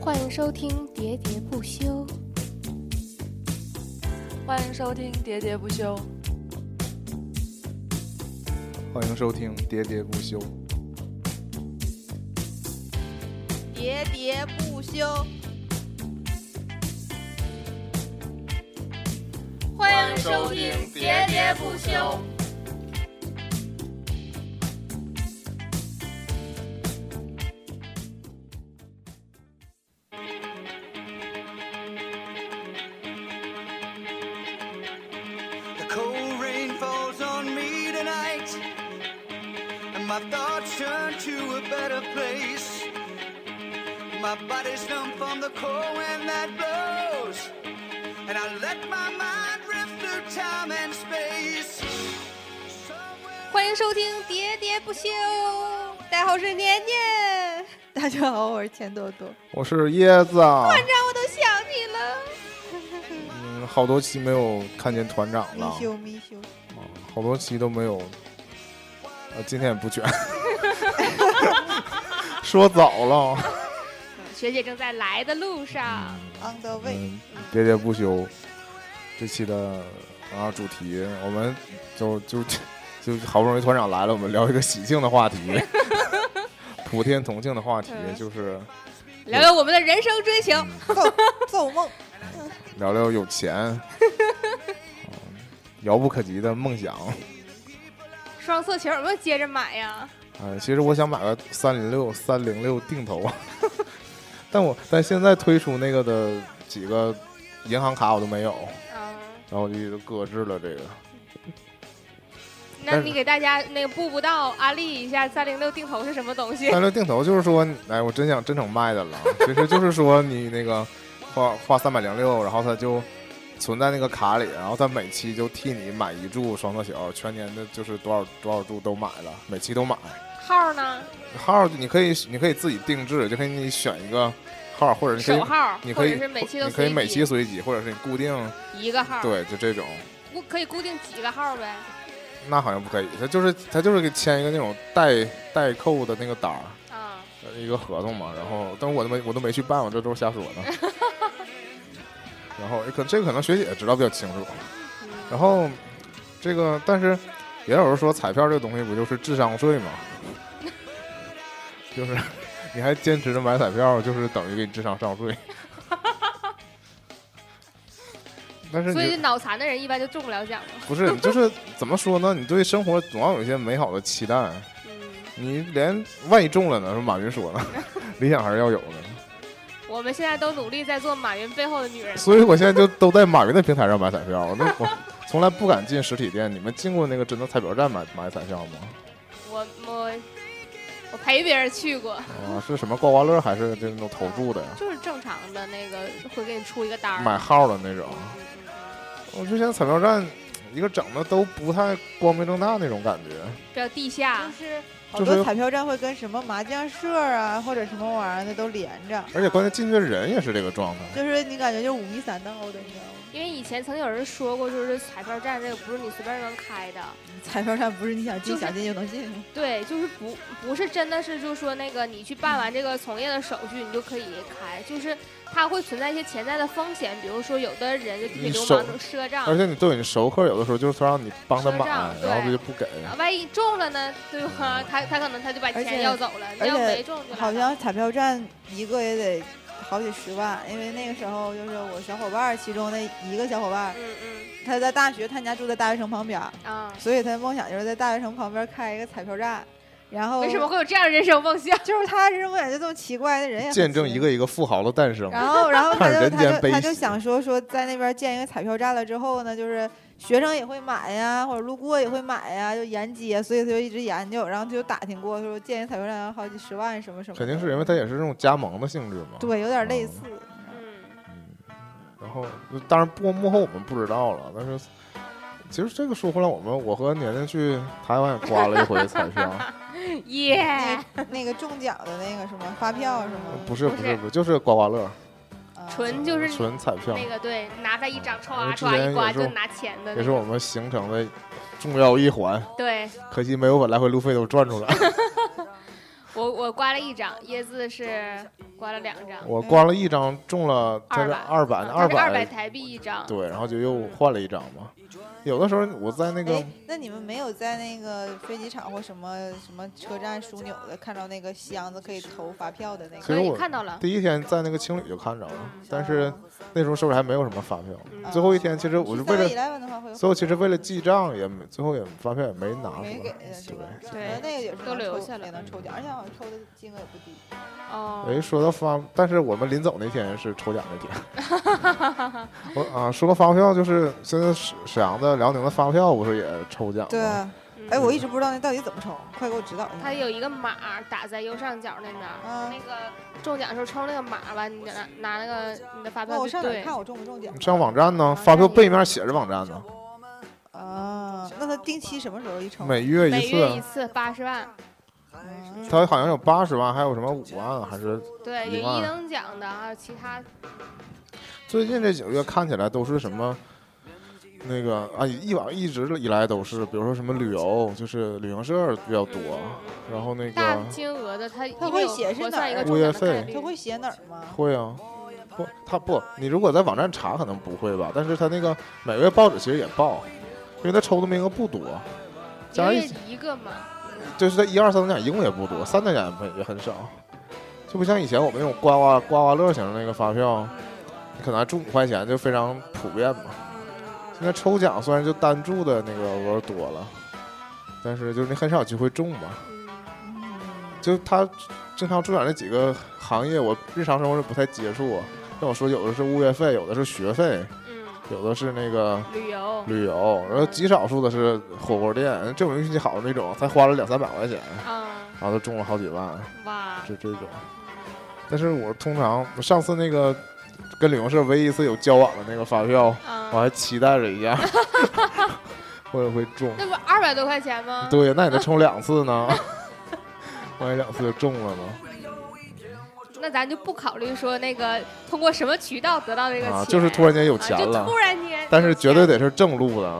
欢迎收听喋喋不休。 欢迎收听喋喋不休。 欢迎收听喋喋不休。 喋喋不休。 欢迎收听喋喋不休。 My thoughts turn to a better place. My body's numb from the cold wind that blows, and I let my mind drift through time and space. 欢迎收听喋喋不休，大家好，我是年年。大家好，我是钱多多。 我是椰子啊。 团长，我都想你了。 好多期没有看见团长了。 咪修。 好多期都没有。今天也不卷。说早了。 学姐正在来的路上。 On the way。 喋喋不休。这期的主题，我们就好不容易团长来了，我们聊一个喜庆的话题，普天同庆的话题，就是聊聊我们的人生追求， 做梦， 聊聊有钱，遥不可及的梦想。 双色球有没有接着买呀？ 其实我想买个306定投，但现在推出那个的几个银行卡我都没有，然后我就一直搁置了这个。 那你给大家那个布道安利一下306定投是什么东西 ？306定投就是说，我真诚卖的了，其实就是说你那个花306，然后它就存在那个卡里，然后他每期就替你买一注双色球，全年的就是多少注都买了，每期都买。 号呢？ 号你可以自己定制，就可以你选一个号，或者你可以手号， 你可以每期随机，或者是你固定一个号。 对，就这种。 可以固定几个号呗？ 那好像不可以，他就是给签一个那种代扣的那个单儿一个合同嘛。然后，但我都没去办，我这都是瞎说的。然后这个可能学姐知道比较清楚，然后这个但是也有人说彩票这个东西不就是智商税吗？就是你还坚持着买彩票，就是等于给你智商上税。但是所以脑残的人一般就中不了奖了。 不是，就是怎么说呢？你对生活总要有一些美好的期待。你连万一中了呢？说马云说呢，理想还是要有的。 我们现在都努力在做马云背后的女人， 所以我现在就都在马云的平台上买彩票。我从来不敢进实体店。你们进过那个真的彩票站买彩票吗？ 我陪别人去过。 是什么刮刮乐还是这种投注的呀？ 就是正常的那个会给你出一个单买号的那种。我之前彩票站一个整的都不太光明正大那种感觉， 比较地下。 好多彩票站会跟什么麻将社啊或者什么玩意儿的都连着， 而且关键进去的人也是这个状态， 就是你感觉就是5迷3斗的，你知道吗？ 因为以前曾有人说过，就是彩票站这个不是你随便能开的， 彩票站不是你想进想进就能进。 对，就是不是真的是就是说那个你去办完这个从业的手续你就可以开，就是它会存在一些潜在的风险，比如说有的人就地痞流氓赊账， 而且你熟客有的时候就是让你帮他买，然后他就不给。 万一中了呢，对吧？他可能他就把钱要走了，你要没中就好像彩票站一个也得好几10万，因为那个时候就是我小伙伴其中的一个小伙伴，他在大学，他家住在大学城旁边所以他的梦想就是在大学城旁边开一个彩票站。然后为什么会有这样的人生梦想？ 就是他人生梦想就这么奇怪的人也见证一个富豪的诞生。 然后他就想说在那边建一个彩票站了之后呢，就是学生也会买呀，或者路过也会买呀，就沿街，所以他就一直研究，然后他就打听过说建一个彩票站要好几10万什么什么。 肯定是因为他也是这种加盟的性质嘛。 对，有点类似。 然后当然幕后我们不知道了，但是其实这个说回来，我和年年去台湾也刮了一回彩票。 那个中奖的那个什么发票是吗？ 不是，就是刮刮乐。 就是纯彩票那个对，拿在一张唰唰一刮就拿钱的， 也是我们行程的重要一环。 对， 可惜没有把来回路费都赚出来。 我刮了一张，椰子是刮了2张。 我刮了1张，中了它是200 台币1张。 对，然后就又换了1张嘛。有的时候我在那个， 那你们没有在那个飞机场或什么车站枢纽的看到那个箱子可以投发票的那个？ 可以看到了。 第一天在那个青旅就看着了，但是那时候手里还没有什么发票。最后一天其实我是为了，最后其实为了记账也没，最后也发票也没拿出来。 没给是吧？对，那个也是都留下了， 也能抽奖，而且好像抽的金额也不低。 哦。 哎，说到但是我们临走那天是抽奖那天。说到发票，就是现在沈阳的、辽宁的发票不是也抽奖吗？ 对啊。哎，我一直不知道那到底怎么抽，快给我指导一下。 它有一个码打在右上角那边，那个中奖的时候抽那个码吧，你拿那个你的发票。 我上哪看我中不中奖？ 上网站呢，发票背面写着网站呢。 啊，那他定期什么时候一抽？ 每月一次80万。 他好像有80万，还有什么5万还是对，有1等奖的，还有其他。 最近这几个月看起来都是什么？那个啊，一直以来都是，比如说什么旅游，就是旅行社比较多，然后那个大金额的，他会写是哪儿？ 物业费， 他会写哪儿吗？ 会啊，不，你如果在网站查可能不会吧，但是他那个每个月报纸其实也报，因为他抽的名额不多，加上一个嘛， 就是在1、2、3等奖一共也不多，3等奖也很少，就不像以前我们那种刮刮乐型的那个发票，你可能还中5块钱就非常普遍嘛。现在抽奖虽然就单注的那个额多了，但是就是你很少机会中嘛。就他正常中奖那几个行业，我日常生活是不太接触。像我说，有的是物业费，有的是学费，有的是那个旅游，然后极少数的是火锅店。这种运气好的那种，才花了200-300块钱，然后就中了好几万。 哇！ 这种。但是我通常上次那个。跟旅行社唯一一次有交往的那个发票，我还期待着一下，会不会中？ 那不200多块钱吗？ 对，那你得抽2次呢，万一2次就中了呢？ 那咱就不考虑说那个通过什么渠道得到这个钱， 就是突然间有钱了， 就突然间， 但是绝对得是正路的，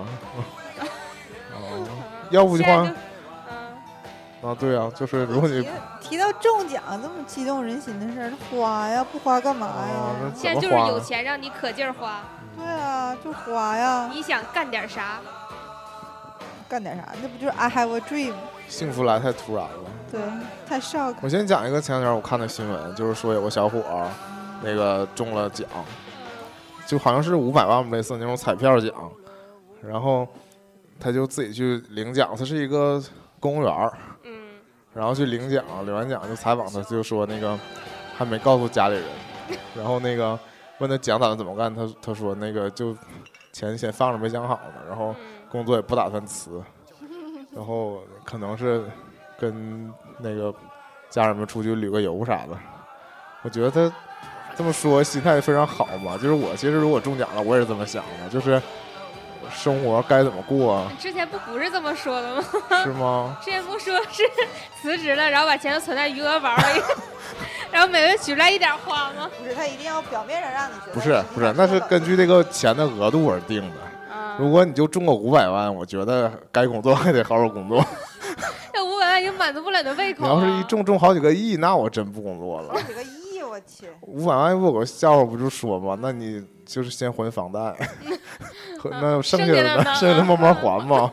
要不的话。对啊，就是如果你提到中奖这么激动人心的事儿，花呀，不花干嘛呀？ 现在就是有钱让你可劲儿花。 对啊，就花呀。 你想干点啥？ 干点啥？那不就是 I have a dream？ 幸福来太突然了。 对，太 shock。 我先讲一个前两天我看的新闻，就是说有个小伙那个中了奖，就好像是500万类似那种彩票奖，然后他就自己去领奖，他是一个公务员。然后去领奖，领完奖就采访他，就说那个还没告诉家里人，然后那个问他奖打算怎么干，他说那个就钱先放着没想好呢，然后工作也不打算辞，然后可能是跟那个家人们出去旅个游啥的。我觉得他这么说心态非常好嘛，就是我其实如果中奖了，我也是这么想的，就是生活该怎么过？ 之前不是这么说的吗？ 是吗？ 之前不说是辞职了，然后把钱都存在余额宝里，然后每月取出来一点花吗？ 不是，他一定要表面上让你觉得。 不是，那是根据这个钱的额度而定的。如果你就中个500万，我觉得该工作还得好好工作。 这500万已经满足不了你的胃口。 你要是一中好几个亿，那我真不工作了。 好几个亿，我去。 500万不有个笑话不就说吗？那你就是先还房贷。那剩下的慢慢还嘛。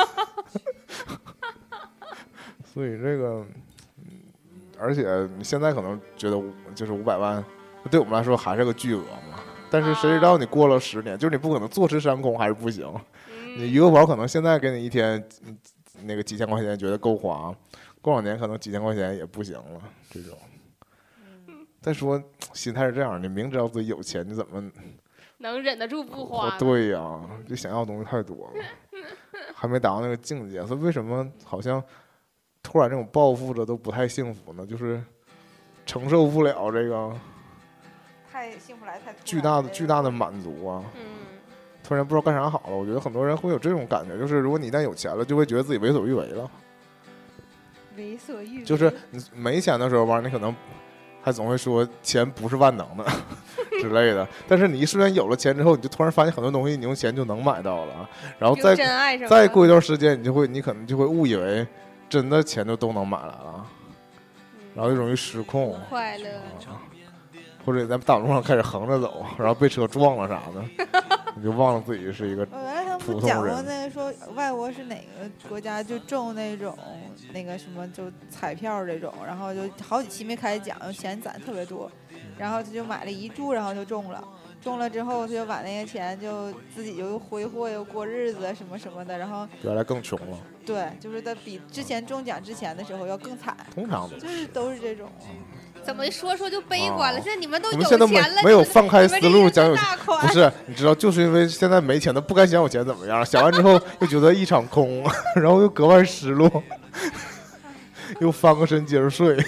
所以这个，而且你现在可能觉得就是500万，对我们来说还是个巨额嘛。但是谁知道你过了10年，就是你不可能坐吃山空还是不行。你余额宝可能现在给你一天那个几千块钱觉得够花，过2年可能几千块钱也不行了。这种。再说心态是这样，你明知道自己有钱，你怎么？ 能忍得住不花？ 对呀，这想要的东西太多了，还没达到那个境界。所以为什么好像突然这种暴富的都不太幸福呢？就是承受不了这个太幸福来太巨大的满足啊！突然不知道干啥好了。我觉得很多人会有这种感觉，就是如果你一旦有钱了，就会觉得自己为所欲为了。 为所欲为就是你没钱的时候吧，你可能还总会说钱不是万能的。之类的，但是你一瞬间有了钱之后，你就突然发现很多东西你用钱就能买到了，然后再过一段时间，你可能就会误以为真的钱就都能买来了。 然后就容易失控， 快乐。 或者在大马路上开始横着走，然后被车撞了啥的，你就忘了自己是一个普通人。 讲过那个说外国是哪个国家就中那种那个什么就彩票这种，然后就好几期没开奖，钱攒特别多，然后他就买了一注，然后就中了。中了之后，他就把那个钱就自己又挥霍又过日子什么什么的，然后原来更穷了。 对，就是他比之前中奖之前的时候要更惨。 通常都是这种。 怎么说就悲观了？现在你们都有钱了， 没有放开思路讲有钱，不是？你知道，就是因为现在没钱，他不敢想有钱怎么样，想完之后又觉得一场空，然后又格外失落，又翻个身接着睡。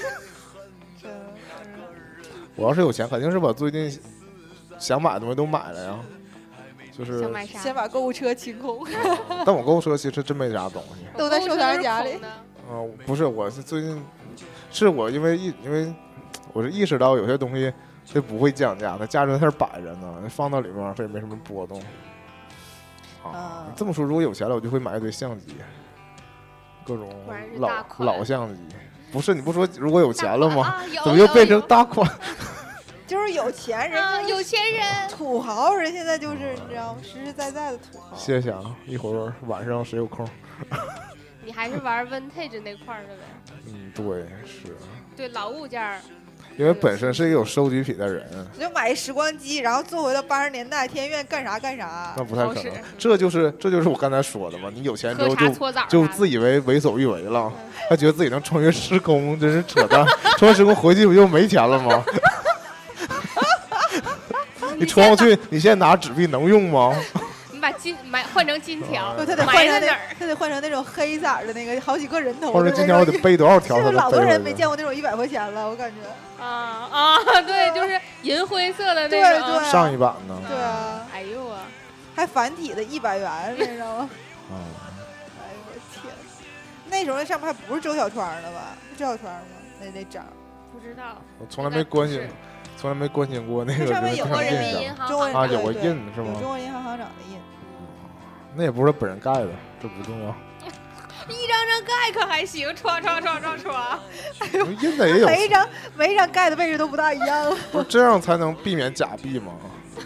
我要是有钱，肯定是把最近想买的东西都买了呀，就是先把购物车清空。 但我购物车其实真没啥东西， 都在收藏夹里。 不是，我是最近是我因为我是意识到有些东西它不会降价，它价值在那摆着呢，放到里面它也没什么波动。这么说，如果有钱了，我就会买一堆相机，各种老相机。不是，你不说如果有钱了吗？怎么又变成大款？ 就是有钱人， 有钱人， 土豪人现在就是你知道吗？实实在在的土豪。 谢谢啊！一会儿晚上谁有空？ 你还是玩 vintage 那块的呗？ 对，是。 对老物件。 因为本身是一个有收集癖的人， 就买一时光机，然后坐回到80年代，天愿干啥干啥。 那不太可能，这就是我刚才说的嘛。你有钱之后就自以为为所欲为了，他觉得自己能穿越时空，真是扯淡。穿越时空回去不就没钱了吗？你穿过去，你现在拿纸币能用吗？ 你把金换成金条， 他得换成那种黑色的那个好几个人头。 换成金条，我得背多少条？ 是老多人没见过那种100块钱了，我感觉。 对，就是银灰色的那种。 对， 上一版呢？ 对啊。 哎呦啊！ 还繁体的100元，你知道吗？哎呦我天！那时候那上面还不是周小川的吧？周小川吗？那张不知道。 我从来没关心过那个。 上面有个人民银行有个印是吗？ 有中国银行行长的印。 那也不是他本人盖的，这不重要。 一张张盖可还行，唰。 哎呦， 印的也有。 每一张盖的位置都不大一样。 不是这样才能避免假币吗？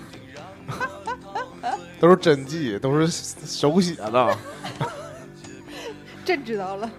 都是真迹，都是手写的。 真知道了。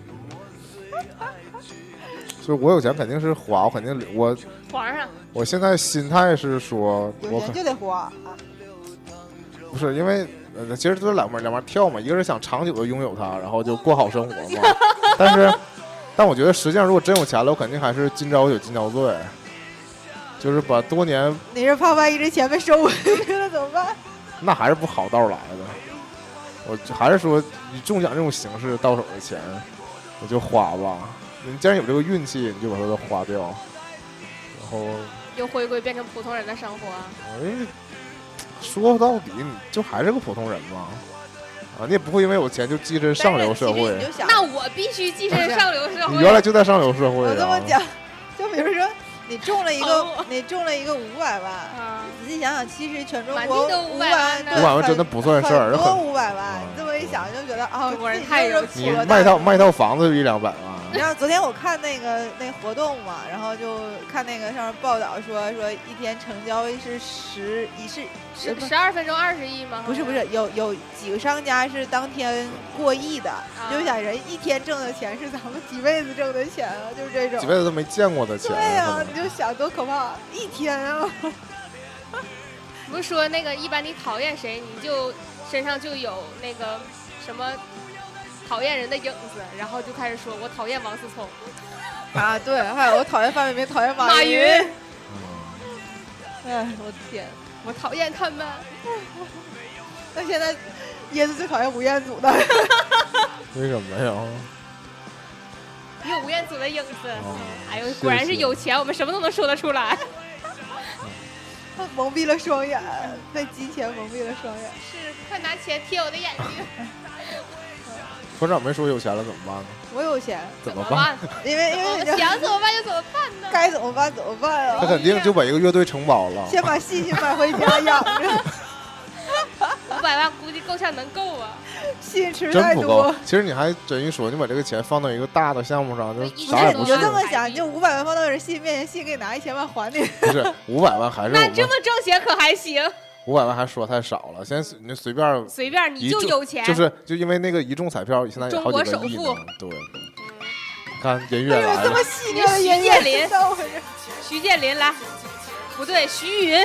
所以我有钱肯定是花，我肯定我皇上。 我现在心态是说， 有钱就得花。 不是因为其实都是两边跳嘛，一个是想长久的拥有它，然后就过好生活嘛。但我觉得实际上如果真有钱了，我肯定还是今朝有今朝醉，就是把多年。 你是怕万一这钱被收回去了怎么办？ 那还是不好道来的。我还是说以中奖这种形式到手的钱，你就花吧。你既然有这个运气，你就把它都花掉，然后又回归变成普通人的生活。 说到底，你就还是个普通人嘛，你也不会因为有钱就跻身上流社会。 那我必须跻身上流社会。 你原来就在上流社会。 我这么讲，就比如说你中了一个500万，仔细想想，其实全中国500 万真的不算事儿， 很多500万。你这么一想就觉得中国人太有钱了。你卖套房子就100-200万。 然后昨天我看那活动嘛，然后就看那个上面报道说一天成交是 12分钟20亿吗？ 不是，有几个商家是当天过亿的，就想人一天挣的钱是咱们几辈子挣的钱啊，就是这种几辈子都没见过的钱。 对呀，你就想多可怕，一天啊！ 不是说那个一般你讨厌谁，你就身上就有那个什么。讨厌人的影子，然后就开始说我讨厌王思聪啊，对，还有我讨厌范伟明，讨厌马云。哎，我的天， 我讨厌他们。 那现在椰子最讨厌吴彦祖的。 为什么呀？ 有吴彦祖的影子。哎呦，果然是有钱，我们什么都能说得出来。 他蒙蔽了双眼，被金钱蒙蔽了双眼。 是，快拿钱贴我的眼睛。 团长没说有钱了怎么办呢？ 我有钱怎么办？ 因为想怎么办就怎么办呢？ 该怎么办怎么办啊？ 他肯定就把一个乐队承包了， 先把细菌买回家养着。 我把万估计够呛能够啊， 戏吃真太多。 不够。其实你还真一说，你把这个钱放到一个大的项目上，就啥也不是。 你就这么想，就500万放到人戏面前，戏给你拿1000万还你。 不是500万还是那这么挣钱可还行 ？500万还说太少了，现在你随便你就有钱， 就因为那个一中彩票现在有好几个亿呢。对，看音乐来了， 这么细腻的音乐， 徐建林来，不对，徐云。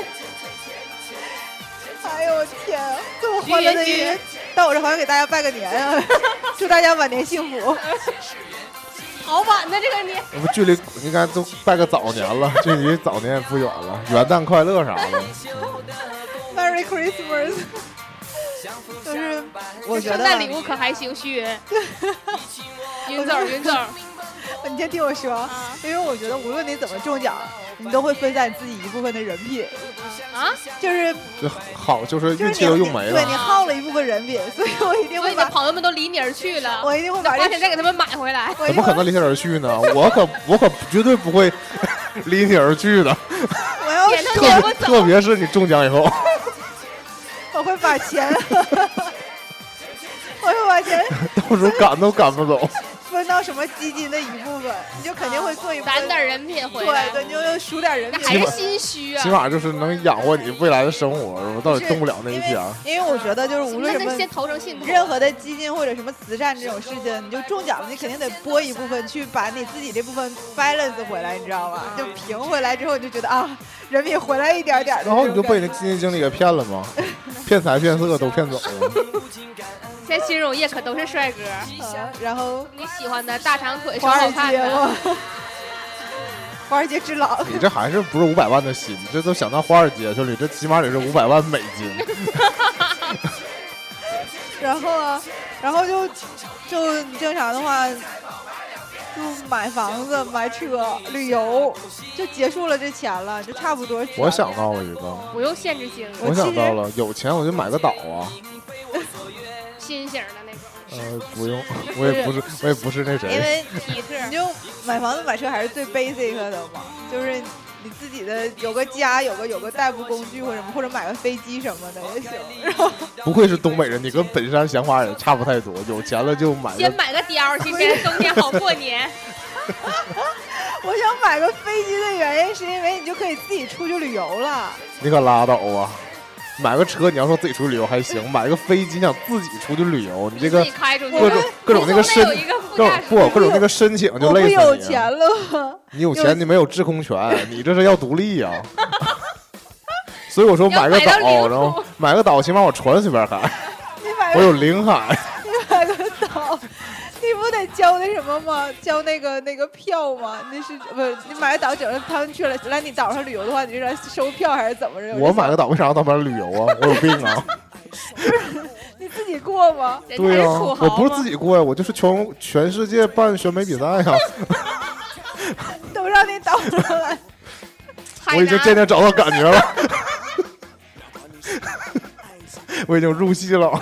哎呦我天啊，这么欢乐的音乐，到我这好像给大家拜个年啊，祝大家晚年幸福。 好晚呢，这个年。 我们距离应该都拜个早年了，距离早年也不远了，元旦快乐啥的。 Merry Christmas。就是我觉得圣诞礼物可还行，徐云。云走。 你先听我说，因为我觉得无论你怎么中奖，你都会分散你自己一部分的人品啊， 就是好，就是运气都用没了， 对你耗了一部分人品，所以我一定会把朋友们都离你而去了， 我一定会把花钱再给他们买回来。 怎么可能离你而去呢？我可绝对不会离你而去的。 我要特别是你中奖以后， 我会把钱， 到时候赶都赶不走。 分到什么基金的一部分，你就肯定会做一部分， 攒点人品回来。 对，你就数点人品， 还是心虚啊。 起码就是能养活你未来的生活，我到底动不了那一天。 因为我觉得就是无论什么， 先投成信托， 任何的基金或者什么慈善这种事情，你就中奖了，你肯定得拨一部分去把你自己这部分 balance 回来，你知道吗？就平回来之后，你就觉得啊，人品回来一点点的。 然后你就被那基金经理给骗了吗？骗财骗色都骗走了。 现在金融业可都是帅哥， 然后你喜欢的大长腿， 华尔街吗？华尔街之狼， 你这还是不是500万的心？这都想到华尔街去了，这起码得是500万美金。 然后啊，然后就你正常的话，就买房子、买车、旅游，就结束了这钱了，就差不多。 我想到了一个， 不用限制金额。 我想到了，有钱我就买个岛啊。 新型的那种。 不用，我也不是那谁。 因为你就买房子买车还是最 basic 的嘛，就是你自己的有个家，有个代步工具或者什么，或者买个飞机什么的也行。 不愧是东北人，你跟本山想法也差不太多。有钱了就买。 先买个貂去，现在冬天好过年。 我想买个飞机的原因是因为你就可以自己出去旅游了。 你可拉倒啊！买个车，你要说自己出去旅游还行；买个飞机，想自己出去旅游，你这个各种那个各种那个申请就累死你。 我不有钱了， 你有钱，你没有制空权，你这是要独立呀。所以我说买个岛，然后买个岛，起码我船随便开，我有领海。 你买个岛。你不得交那什么吗？交那个票吗？那是不是你买个岛，整个他们去了来你岛上旅游的话，你是来收票还是怎么着？ 我买个岛为啥要到那旅游啊？我有病啊！ 你自己过吗？ 对呀、啊，我不是自己过呀，我就是全世界办选美比赛呀、 都让你岛上来。 我已经渐渐找到感觉了，我已经入戏了。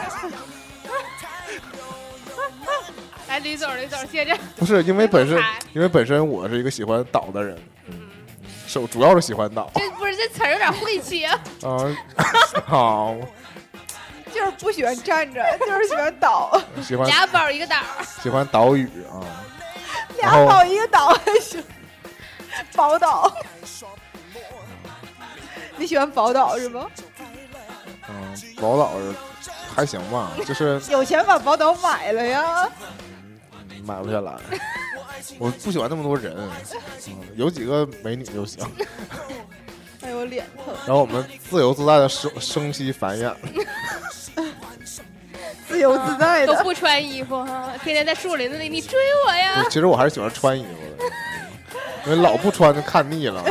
来，吕总，接着。 不是因为本身我是一个喜欢岛的人，主要是喜欢岛。 这词儿有点晦气啊。 好。 就是不喜欢站着，就是喜欢岛。 喜欢俩宝一个岛。 喜欢岛屿啊。 俩宝一个岛还行。宝岛。你喜欢宝岛是吗？ 宝岛还行吧，就是有钱把宝岛买了呀。 买不下来，我不喜欢那么多人，有几个美女就行。 哎呦，脸疼。 然后我们自由自在的生息繁衍。 自由自在的， 都不穿衣服哈，天天在树林子里，你追我呀！ 其实我还是喜欢穿衣服的，因为老不穿就看腻了。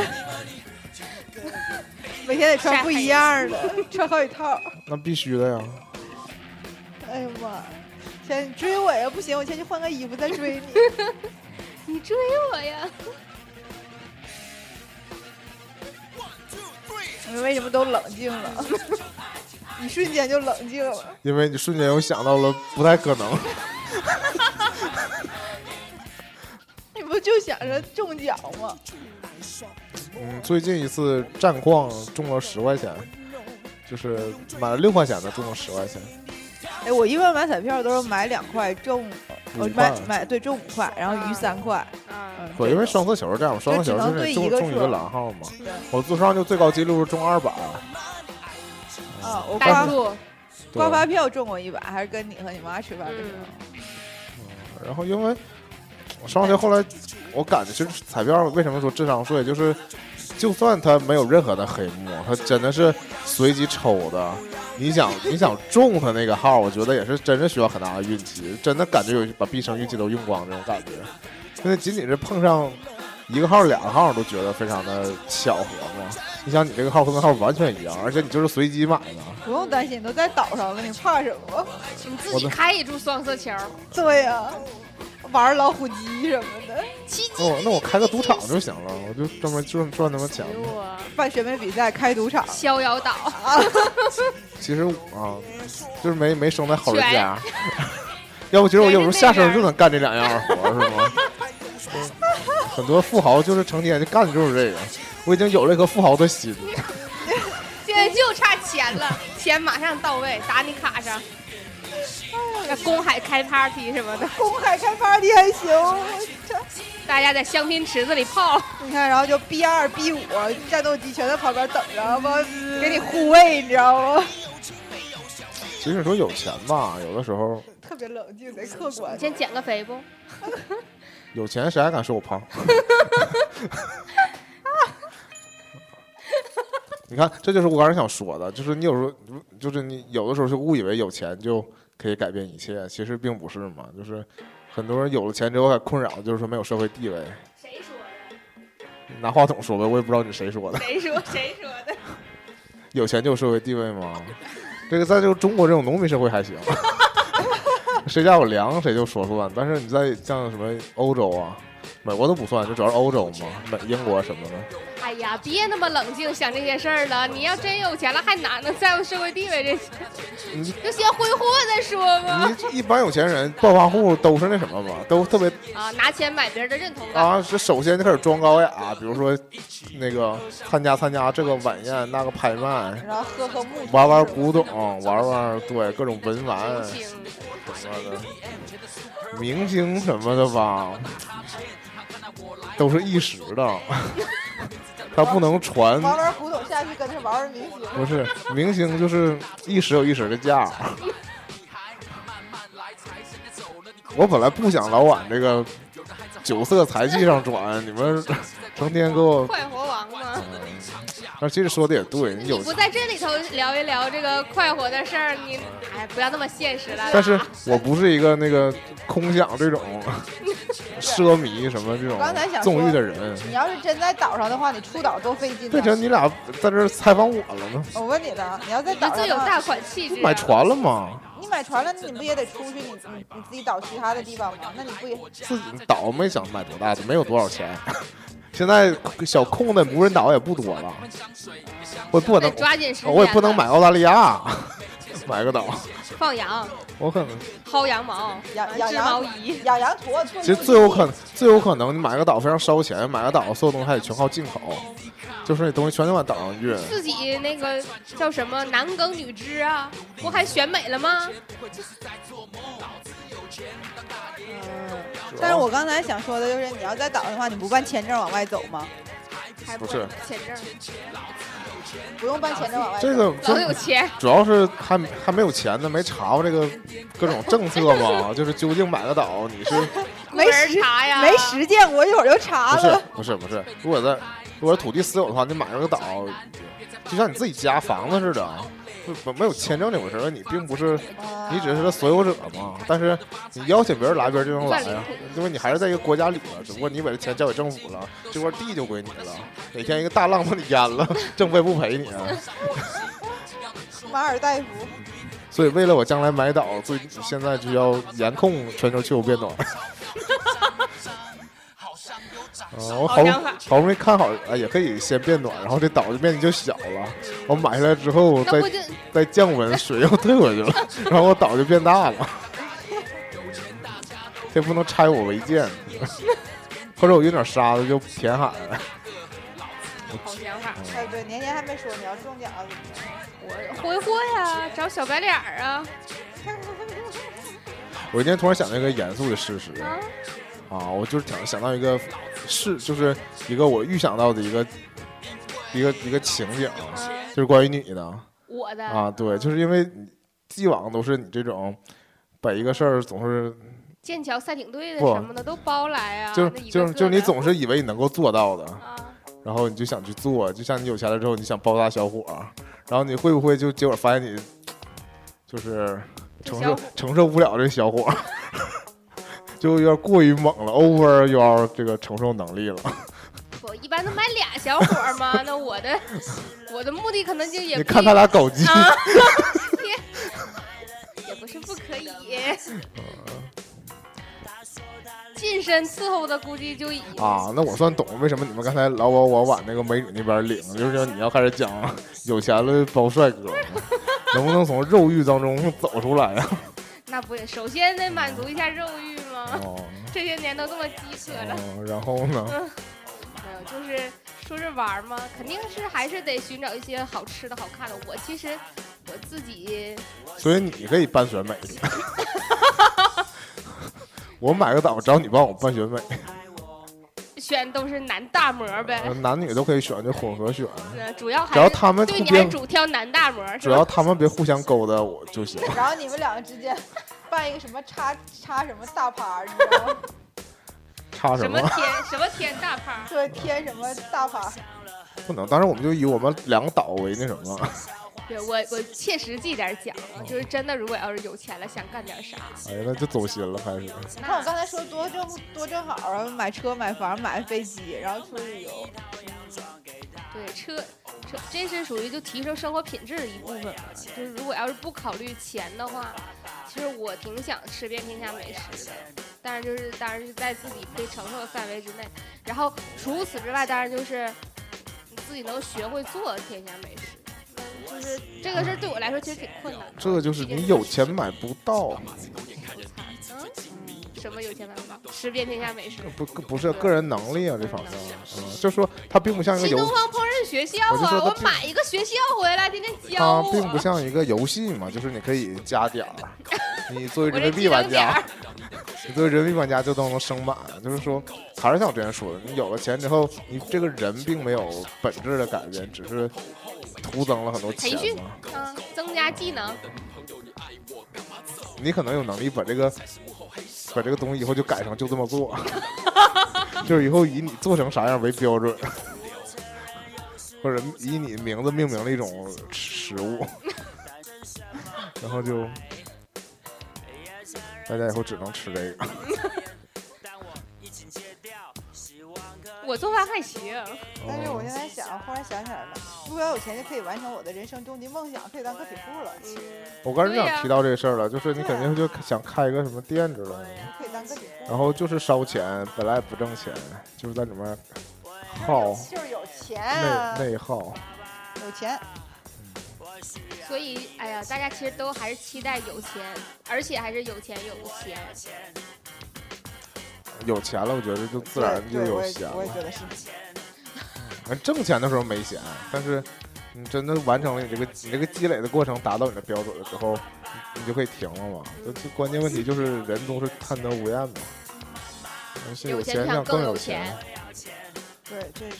每天得穿不一样的，穿好几套。 那必须的呀！ 哎呀妈！先你追我呀，不行，我先去换个衣服再追你。 你追我呀！ 你们为什么都冷静了？一瞬间就冷静了。 因为你瞬间又想到了不太可能。 你不就想着中奖吗？ 最近一次战况中了10块钱， 就是买了6块钱的中了10块钱。 哎，我一般买彩票都是买2块中，买对中5块，然后余3块。 对，因为双色球这样，双色球就是中一个蓝号嘛。我最上就最高纪录是中200。 啊，我刮发票中过100，还是跟你和你妈吃饭的时候。 然后因为我上学后来，我感觉就是彩票为什么说智商税，就是就算它没有任何的黑幕，它真的是随机抽的。你想中它那个号，我觉得也是真是需要很大的运气，真的感觉有把毕生运气都用光这种感觉。因为仅仅是碰上1个号2个号都觉得非常的巧合嘛。你想你这个号和那号完全一样，而且你就是随机买的， 不用担心，你都在岛上了，你怕什么？ 你自己开一注双色球。 对呀，玩老虎机什么的。 那我开个赌场就行了，我就专门赚那么钱。 办选美比赛开赌场， 逍遥岛。 其实啊，就是没生在好人家。要不其实我有时候下生就能干这2样活，是吗？很多富豪就是成天就干的就是这个。我已经有了一颗富豪的心， 现在就差钱了，钱马上到位，打你卡上。公海开 party 什么的， 公海开 party 还行， 大家在香槟池子里泡， 你看，然后就 B2 B5 战斗机全在旁边等着，给你护卫，你知道吗？ 其实你说有钱吧，有的时候特别冷静，得客观。 你先减个肥不？ 有钱谁还敢说我胖？你看，这就是我刚才想说的，就是你有时候，就是你有的时候就误以为有钱就可以改变一切，其实并不是嘛。就是很多人有了钱之后还困扰，就是说没有社会地位。 谁说的？ 拿话筒说呗，我也不知道你谁说的。 谁说的？ 有钱就有社会地位吗？这个在这个中国这种农民社会还行，谁家有粮谁就说了算。但是你在像什么欧洲啊、美国都不算，就主要是欧洲嘛，英国什么的。 哎呀，别那么冷静想这些事儿了。你要真有钱了，还哪能在乎社会地位这些？你就先挥霍再说吧。 你一般有钱人暴发户都是那什么嘛，都特别拿钱买别人的认同感啊。是首先就开始装高雅，比如说那个参加这个晚宴那个拍卖， 然后喝木玩古董，玩对各种文玩什么的，明星什么的吧，都是一时的。他不能传玩古董下去跟着玩明星， 不是明星就是一时有一时的价。我本来不想老往这个酒色财气上转，你们成天给我快活王吗？ 但其实说的也对， 你不在这里头聊一聊这个快活的事儿，你不要那么现实了。 但是我不是一个那个空想这种奢靡什么这种纵欲的人。 你要是真在岛上的话，你出岛多费劲。 变成你俩在这采访我了呢？ 我问你了，你要在岛上最有大款气质。 买船了吗？ 你买船了，你不也得出去你自己岛其他的地方吗？那你不也自己岛没想买多大的，没有多少钱。现在小空的无人岛也不多了，我也不能抓紧时间， 我也不能买澳大利亚，买个岛放羊， 我可能薅羊毛，织毛衣， 养羊驼。 其实最有可能，你买个岛非常烧钱，买个岛所有东西还得全靠进口，就是那东西全得往岛上运。 自己那个叫什么男耕女织啊，不还选美了吗？ 但是我刚才想说的就是，你要在岛上的话，你不办签证往外走吗？ 不是签证， 不用办签证往外走。 这个老有钱， 主要是还没有钱呢，没查过这个各种政策嘛。就是究竟买个岛，你是没实践过，一会儿就查了。 不是，如果土地私有的话，你买这个岛，就像你自己家房子似的。没有签证这回事儿，你并不是，你只是个所有者嘛。但是你邀请别人来，别人就能来啊，因为你还是在一个国家里了，只不过你把这钱交给政府了，这块地就归你了。哪天一个大浪把你淹了，政府也不赔你啊。 马尔代夫。 所以为了我将来买岛，所以现在就要严控全球气候变暖。我好不容易看好，也可以先变暖，然后这岛就面积就小了。我买下来之后再降温，水又退回去了，然后我岛就变大了。这不能拆我违建，或者我用点沙子就填海了。 好想法。 对，年年还没说你要中奖了怎么样？ 我挥霍呀，找小白脸啊。 我今天突然想到一个严肃的事实我就是想到一个就是一个我预想到的一个情景就是关于你的。 我的对，就是因为既往都是你这种把一个事儿总是剑桥赛艇队的什么的都包来啊， 就是你总是以为你能够做到的然后你就想去做，就像你有钱了之后你想包大小伙，然后你会不会就结果发现你就是承受不了这小伙就有点过于猛了 over 要这个承受能力了。 我一般都买俩小伙嘛，那我的目的可能就也你看他俩搞基也不是不可以近身伺候的估计就已那我算懂为什么你们刚才老往那个美女那边领，就是你要开始讲有钱了包帅哥能不能从肉欲当中走出来那不，首先得满足一下肉欲吗？这些年都这么饥渴了然后呢就是说着玩嘛，肯定是还是得寻找一些好吃的好看的。其实我自己， 所以你可以扮选美我买个岛找你帮我扮选美， 选都是男大模呗， 男女都可以选，就混合选。 主要只要他们对你还主挑男大模， 只要他们别互相勾搭我就行。 然后你们两个之间办一个什么插什么大趴，你知道吗？ 插什么天大趴？ 对，天什么大趴？ 不能，当时我们就以我们两个岛为那什么。 对，我切实际点讲，就是真的，如果要是有钱了，想干点啥， 哎呀，那就走心了，开始。 你看我刚才说多正好啊，买车、买房、买飞机，然后出旅游。 对，车，这是属于就提升生活品质的一部分嘛。就是如果要是不考虑钱的话，其实我挺想吃遍天下美食的，当然是在自己可以承受的范围之内。然后除此之外，当然就是你自己能学会做天下美食。就是这个事对我来说其实挺困难的。 这个就是你有钱买不到。 什么有钱买不到？吃遍天下美食？ 不是个人能力啊，这方面，就说它并不像一个新东方烹饪学校啊，我买一个学校回来天天教我。 它并不像一个游戏嘛，就是你可以加点儿，你作为人民币玩家，你作为人民币玩家就都能升满。就是说，还是像我之前说的，你有了钱之后，你这个人并没有本质的改变，只是徒增了很多钱嘛。 增加技能。 你可能有能力把这个东西以后就改成就这么做，就是以后以你做成啥样为标准，或者以你名字命名了一种食物，然后就大家以后只能吃这个。 我做饭还行， 但是我现在忽然想起来了，如果要有钱就可以完成我的人生终极梦想，可以当个体户了。 我刚才就想提到这个事儿了，就是你肯定就想开一个什么店之类的， 可以当个体户， 然后就是烧钱，本来也不挣钱，就是在里面耗， 就是有钱， 内耗， 有钱。 所以，哎呀，大家其实都还是期待有钱，而且还是有钱有闲。 有钱了，我觉得就自然就有闲了。 我也觉得是。 挣钱的时候没闲，但是你真的完成了你这个积累的过程，达到你的标准了之后，你就可以停了嘛。这关键问题就是人都是贪得无厌嘛。有钱想更有钱。 对，这是。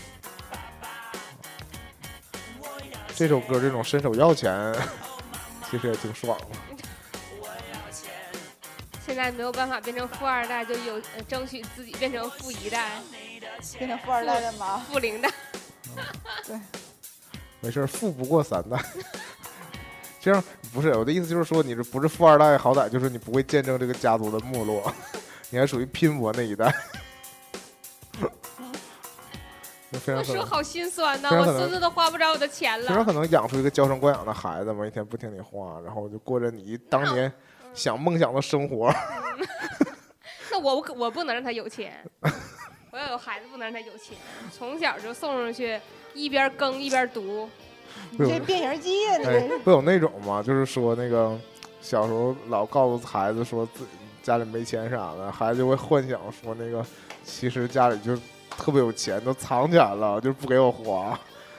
这首歌这种伸手要钱，其实也挺爽的。 现在没有办法变成富二代，就争取自己变成富一代， 变成富二代的吗？ 富零代。 对， 没事，富不过3代。这样不是我的意思，就是说你这不是富二代，好歹就是你不会见证这个家族的没落，你还属于拼搏那一代。 我说好心酸呐，我孙子都花不着我的钱了。 非常可能养出一个娇生惯养的孩子嘛，一天不听你话，然后就过着你当年想梦想的生活。 那我不能让他有钱，我要有孩子不能让他有钱，从小就送上去，一边耕一边读。 你这变形记呀，你这不有那种吗？就是说那个小时候老告诉孩子说自己家里没钱啥的，孩子就会幻想说那个其实家里就特别有钱，都藏起来了，就是不给我花。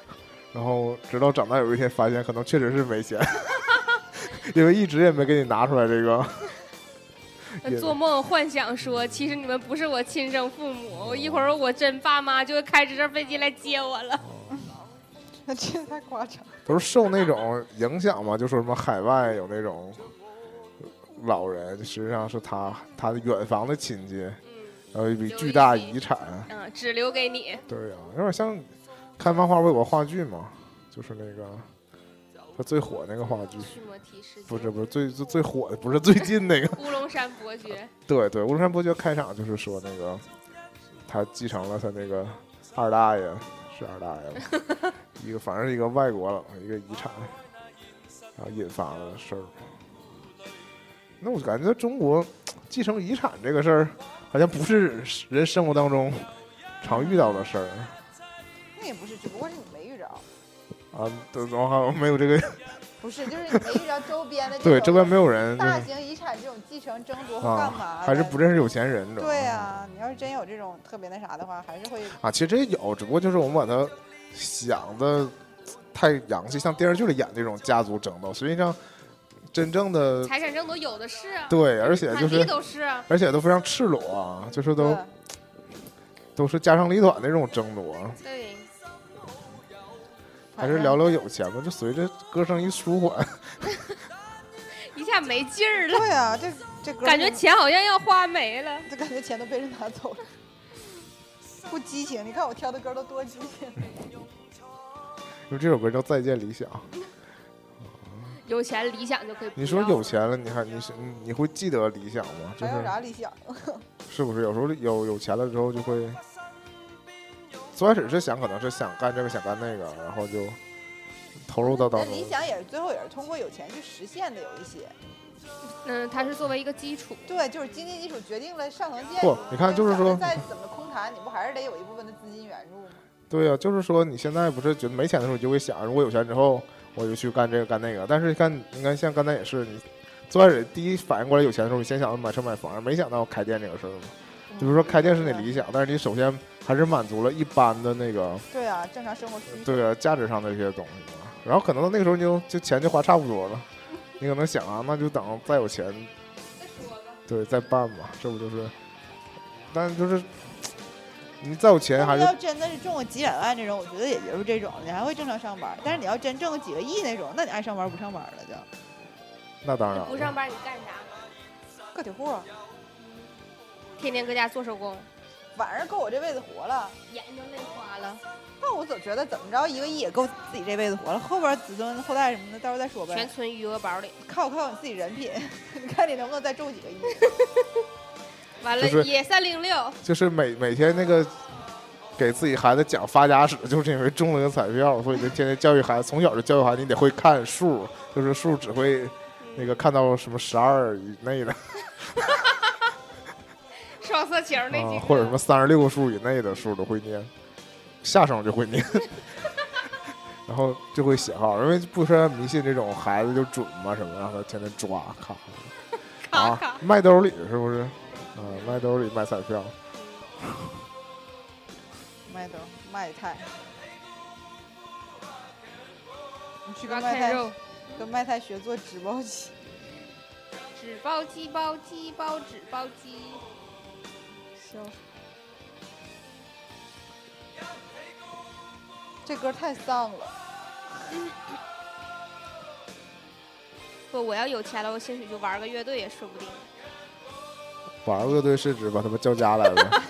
然后直到长大有一天发现可能确实是没钱，因为一直也没给你拿出来这个。 做梦幻想说，其实你们不是我亲生父母，一会儿我真爸妈就会开直升飞机来接我了。 那这太夸张。 都是受那种影响嘛，就说什么海外有那种老人，实际上是他的远房的亲戚，然后一笔巨大遗产， 只留给你。 对呀，有点像看漫画不有个话剧嘛，就是那个。他最火那个话剧，不是最火的，不是最近那个乌龙山伯爵。 对，乌龙山伯爵开场就是说那个他继承了他那个二大爷，是二大爷吧一个反正是一个外国一个遗产，然后引发了事儿。那我感觉中国继承遗产这个事儿，好像不是人生活当中常遇到的事儿。 那也不是，只不过是你没遇着。 啊，对，我好像没有这个。 不是，就是你没遇到周边的对，周边没有人大型遗产这种继承争夺或干嘛、 还是不认识有钱人。 对啊，你要是真有这种特别那啥的话，还是会啊。其实这有，只不过就是我们把它想的太洋气，像电视剧里演这种家族争斗，实际上真正的财产争夺有的是啊。 对，而且就是都是啊， 而且都非常赤裸啊，就是都是家长里短的这种争夺。 对。 还是聊聊有钱吧，就随着歌声一舒缓， 一下没劲儿了。 对啊，这感觉钱好像要花没了， 就感觉钱都被人拿走了，不激情。你看我挑的歌都多激情。 因为这首歌叫《再见理想》。 有钱理想就可以。 你说有钱了，你会记得理想吗？ 还有啥理想？ 是不是有时候有钱了之后就会？最开始是可能是想干这个想干那个，然后就投入到当中。 理想也是最后也是通过有钱去实现的，有一些。 它是作为一个基础。 对，就是经济基础决定了上层建筑。 不， 你看就是说， 再怎么空谈，你不还是得有一部分的资金援助吗？ 对呀、就是说你现在不是觉得没钱的时候，你就会想，如果有钱之后我就去干这个干那个。但是你看像刚才也是，你最开始第一反应过来有钱的时候，你先想到买车买房，没想到开店这个事儿嘛。就比如说开店是你理想，但是你首先还是满足了一般的那个， 对啊，正常生活需求， 对啊，价值上的一些东西嘛。然后可能到那个时候就钱就花差不多了，你可能想啊，那就等再有钱，对，再办吧，这不就是？但就是你再有钱还是要真的是中个几百万这种，我觉得也就是这种，你还会正常上班。但是你要真挣个几个亿那种，那你爱上班不上班了就。 那当然。 不上班你干啥？ 个体户。 天天搁家做手工， 晚上够我这辈子活了， 眼睛累花了。 那我总觉得怎么着1个亿也够自己这辈子活了，后边子孙后代什么的到时候再说呗。 全存余额宝里， 靠你自己人品，你看你能不能再中几个亿？ 完了、就是、也306， 就是每天那个给自己孩子讲发家史，就是因为中了个彩票，所以就天天教育孩子，从小就教育孩子，你得会看数，就是数只会那个看到什么12以内的。 双色球那几个、 或者什么36个数以内的数都会念，下声就会念，然后就会写号，因为不是迷信这种孩子就准嘛什么，让他天天抓卡卖兜里是不是？卖兜里卖彩票， 卖兜卖菜，你去跟卖菜学做纸包鸡， 纸包鸡包鸡包纸包鸡。 这歌太丧了。 不，我要有钱了，我兴许就玩个乐队也说不定。 玩个乐队是指把他们叫家来了。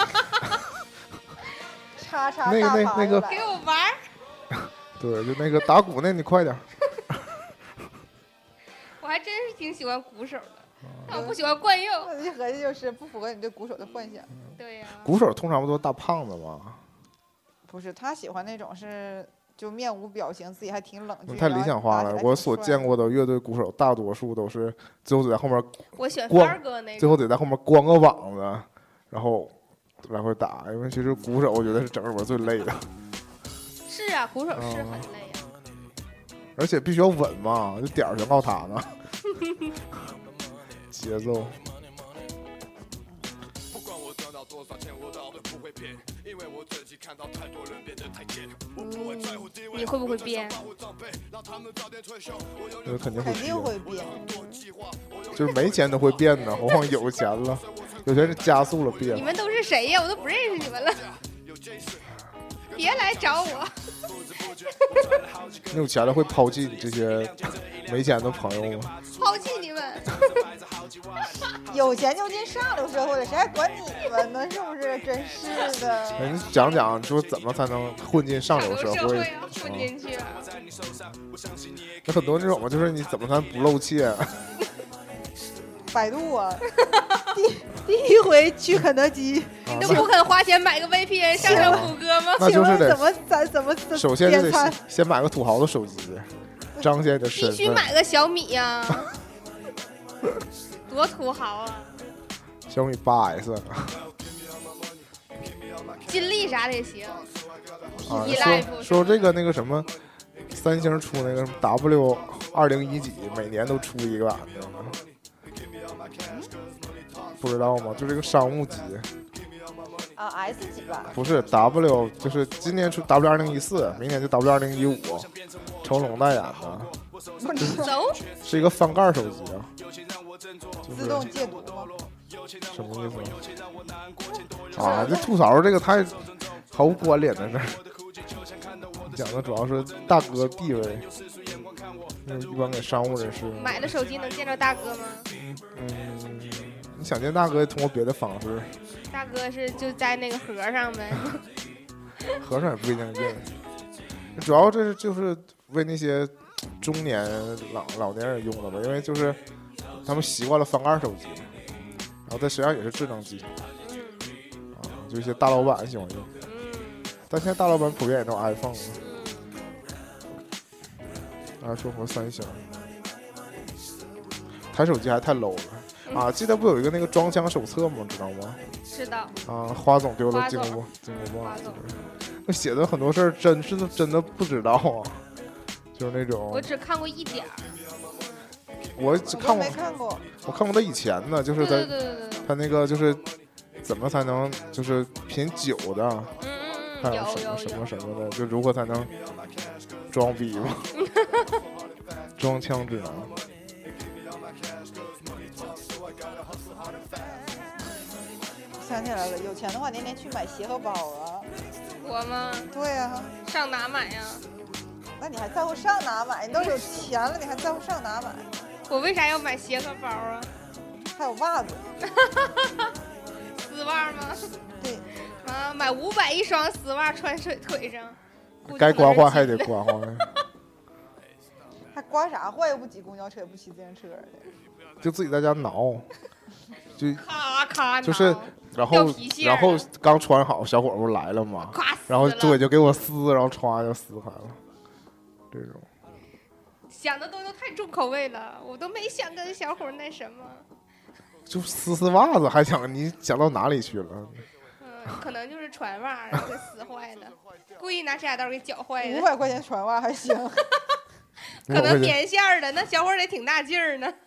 叉叉那个给我玩。 对，就那个打鼓那，你快点。 我还真是挺喜欢鼓手的。但我不喜欢惯用， 一合计就是不符合你对鼓手的幻想。 对呀、 鼓手通常不都大胖子吗？ 不是，他喜欢那种是就面无表情，自己还挺冷峻。 太理想化了。我所见过的乐队鼓手，大多数都是最后得在后面。 我喜欢范儿哥那个。 最后得在后面光个网子，然后来回打。因为其实鼓手我觉得是整个里边最累的。 是啊，鼓手是很累啊。 而且必须要稳嘛，这点儿全靠他呢。节奏。不管我赚到多少钱，我都不会骗，因为我自己看你会不会变？ 肯定会变， 就是没钱都会变的，何况有钱了，有钱是加速了变。 你们都是谁呀？我都不认识你们了，别来找我。 你有钱了会抛弃你这些没钱的朋友吗？ 抛弃你们。 有钱就进上流社会了，谁还管你们呢？是不是？真是的。 你讲讲，说怎么才能混进上流社会？ 混进去啊！ 有很多这种嘛，就是你怎么才能不露怯？ 百度啊，第一回去肯德基， 你都不肯花钱买个 VPN 上上谷歌吗？ 那就是得怎么首先就得先买个土豪的手机，彰显你的身份。 必须买个小米呀！多土豪啊！ 小米8S， 金立啥的也行。 啊，说这个那个什么，三星出那个什么 W20几，每年都出一个版的，不知道吗？就这个商务机。 啊 ，S 几吧？ 不是 W， 就是今年出 W2014，明年就 W2015，成龙代言的。是一个翻盖手机啊， 自动戒毒吗？ 什么意思啊？这吐槽这个太毫无关联的事儿。讲的主要是大哥地位，一般给商务人士。 买了手机能见着大哥吗？ 你想见大哥通过别的方式。 大哥是就在那个盒上呗。 盒上也不一定见。主要这是就是为那些中年老年人用的吧，因为就是他们习惯了翻盖手机，然后它实际上也是智能机，就一些大老板喜欢用，但现在大老板普遍也都 iPhone 了，iPhone 和三星，台手机还太 low 了啊！记得不有一个那个装枪手册吗？知道吗？ 知道。 啊，花总丢了金箍棒，那写的很多事儿真的不知道啊。就是那种， 我只看过一点儿。 我只看过， 没看过。 我看过他以前的，就是他那个就是怎么才能就是品酒的，还有什么的，就如何才能装逼嘛，装枪指南。 想起来了，有钱的话年年去买鞋和包啊。 我吗？ 对啊。 上哪买呀？ 那你还在乎上哪买？你都有钱了，你还在乎上哪买？ 我为啥要买鞋和包啊？ 还有袜子。 丝袜吗？ 对。 啊，买500一双丝袜穿腿上。 该刮坏还得刮坏。 还刮啥坏？又不挤公交车，也不骑自行车的。 就自己在家挠。就咔咔就是，然后刚穿好，小伙不是来了吗？然后对，就给我撕，然后歘就撕开了。这种想的都太重口味了，我都没想跟小伙那什么。 就撕袜子，还想你想到哪里去了？ 可能就是船袜然后给撕坏的，故意拿指甲刀给绞坏的。 500块钱船袜还行。 可能棉线的，那小伙得挺大劲儿呢。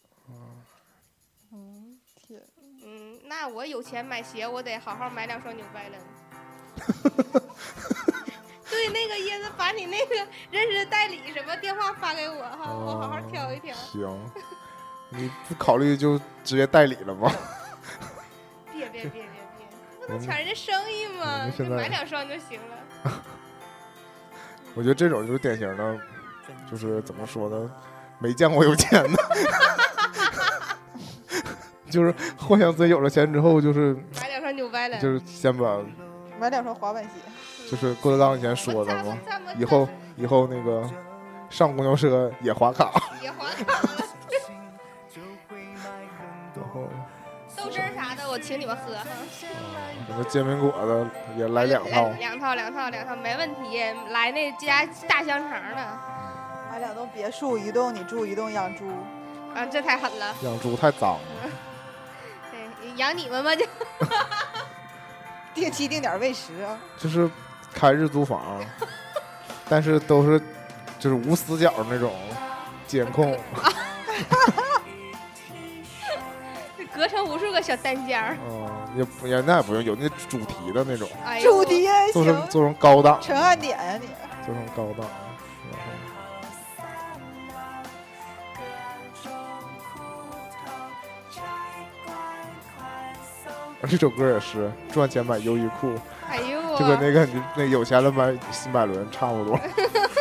那我有钱买鞋，我得好好买2双New Balance。对，那个椰子把你那个认识的代理什么电话发给我哈，我好好挑一挑。 行，你不考虑就直接代理了吗？ 别，不能抢人家生意嘛，就买2双就行了。 我觉得这种就是典型的，就是怎么说呢，没见过有钱的。就是幻想自己有了钱之后，就是买2双New Balance， 就是先把买2双滑板鞋。 就是郭德纲以前说的嘛，以后那个上公交车也滑卡， 也滑卡了。 然后豆汁啥的我请你们喝哈。 什么煎饼果子也来2套 ，2套没问题，来那家大香肠的。 买2栋别墅，一栋你住，一栋养猪。 啊，这太狠了。 养猪太脏了。 对，养你们吧就。 定期定点喂食啊。 就是开日租房，但是都是就是无死角那种监控。 隔成无数个小单间儿。 也那也不用，有那主题的那种， 主题也行， 做成高档， 陈汉典呀你， 做成高档。这首歌也是赚钱买优衣库， 哎呦， 就跟那个有钱了买新百伦差不多，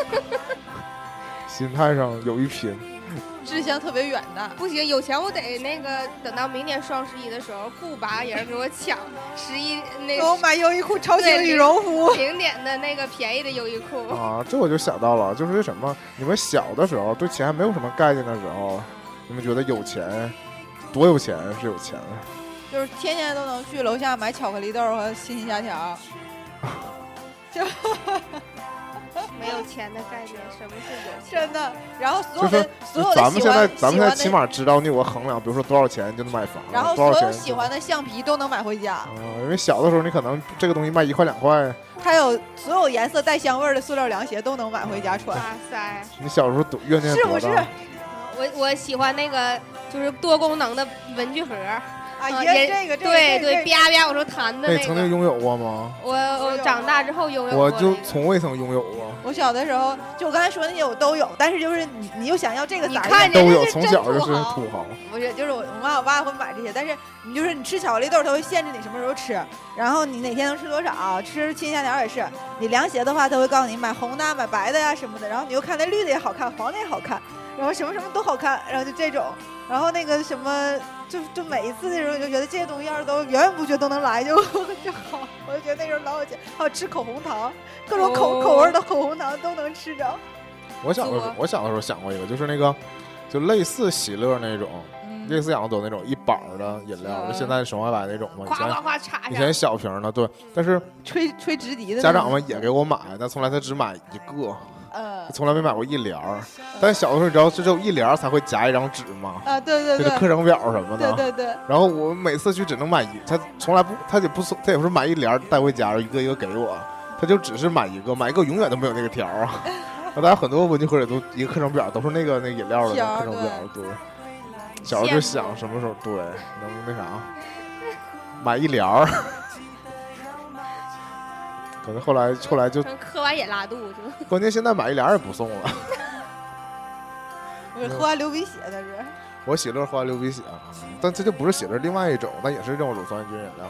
心态上有一拼， 志向特别远的。 不行，有钱我得那个等到明年双11的时候，雇8个人给我抢11那个，我买优衣库超轻羽绒服 0点的那个便宜的优衣库啊。这我就想到了，就是什么？你们小的时候对钱还没有什么概念的时候，你们觉得有钱，多有钱是有钱？ 就是天天都能去楼下买巧克力豆和心心虾条，就没有钱的概念，什么是有钱？ 真的。然后所有的咱们现在起码知道你有个衡量，比如说多少钱就能买房， 然后所有喜欢的橡皮都能买回家。 因为小的时候你可能这个东西卖1块2块， 还有所有颜色带香味的塑料凉鞋都能买回家穿。 哇塞！ 你小时候怨念多大？ 是不是？ 我喜欢那个就是多功能的文具盒。 啊，这个对对，啪啪往出弹的那个。 曾经拥有过吗？ 我长大之后拥有过。 我就从未曾拥有过。 我小的时候，就我刚才说那些我都有，但是就是你又想要这个， 你看都有，从小就是土豪。 不是，就是我妈我爸会买这些，但是你吃巧克力豆，它会限制你什么时候吃，然后你哪天能吃多少，吃亲虾条也是。你凉鞋的话，它会告诉你买红的、买白的呀什么的，然后你又看那绿的也好看，黄的也好看，然后什么什么都好看，然后就这种，然后那个什么。就每一次那时候就觉得这些东西要是都源源不绝都能来就好，我就觉得那时候老有钱，还有吃口红糖，各种口味的口红糖都能吃着。 我小的时候想过一个，就是那个就类似喜乐那种，类似养乐多那种一板的饮料，就现在手外白那种嘛，以前小瓶的，对，但是吹直笛的家长们也给我买，但从来他只买一个。从来没买过1帘儿，但小的时候你知道只有1帘儿才会夹一张纸吗？ 啊，对对对， 就是课程表什么的。 对对对。 然后我每次去只能买他从来不，他也不是买1帘带回家，一个一个给我，他就只是买一个永远都没有那个条啊。大家很多文具盒里都一个课程表都是那个饮料的课程表，对。小时候就想什么时候能那啥，买1帘儿。可能后来就喝完也拉肚子。 关键现在买1帘也不送了。 喝完流鼻血的是。 我喜乐喝完流鼻血，但这就不是喜乐，另外一种，但也是这种乳酸菌饮料。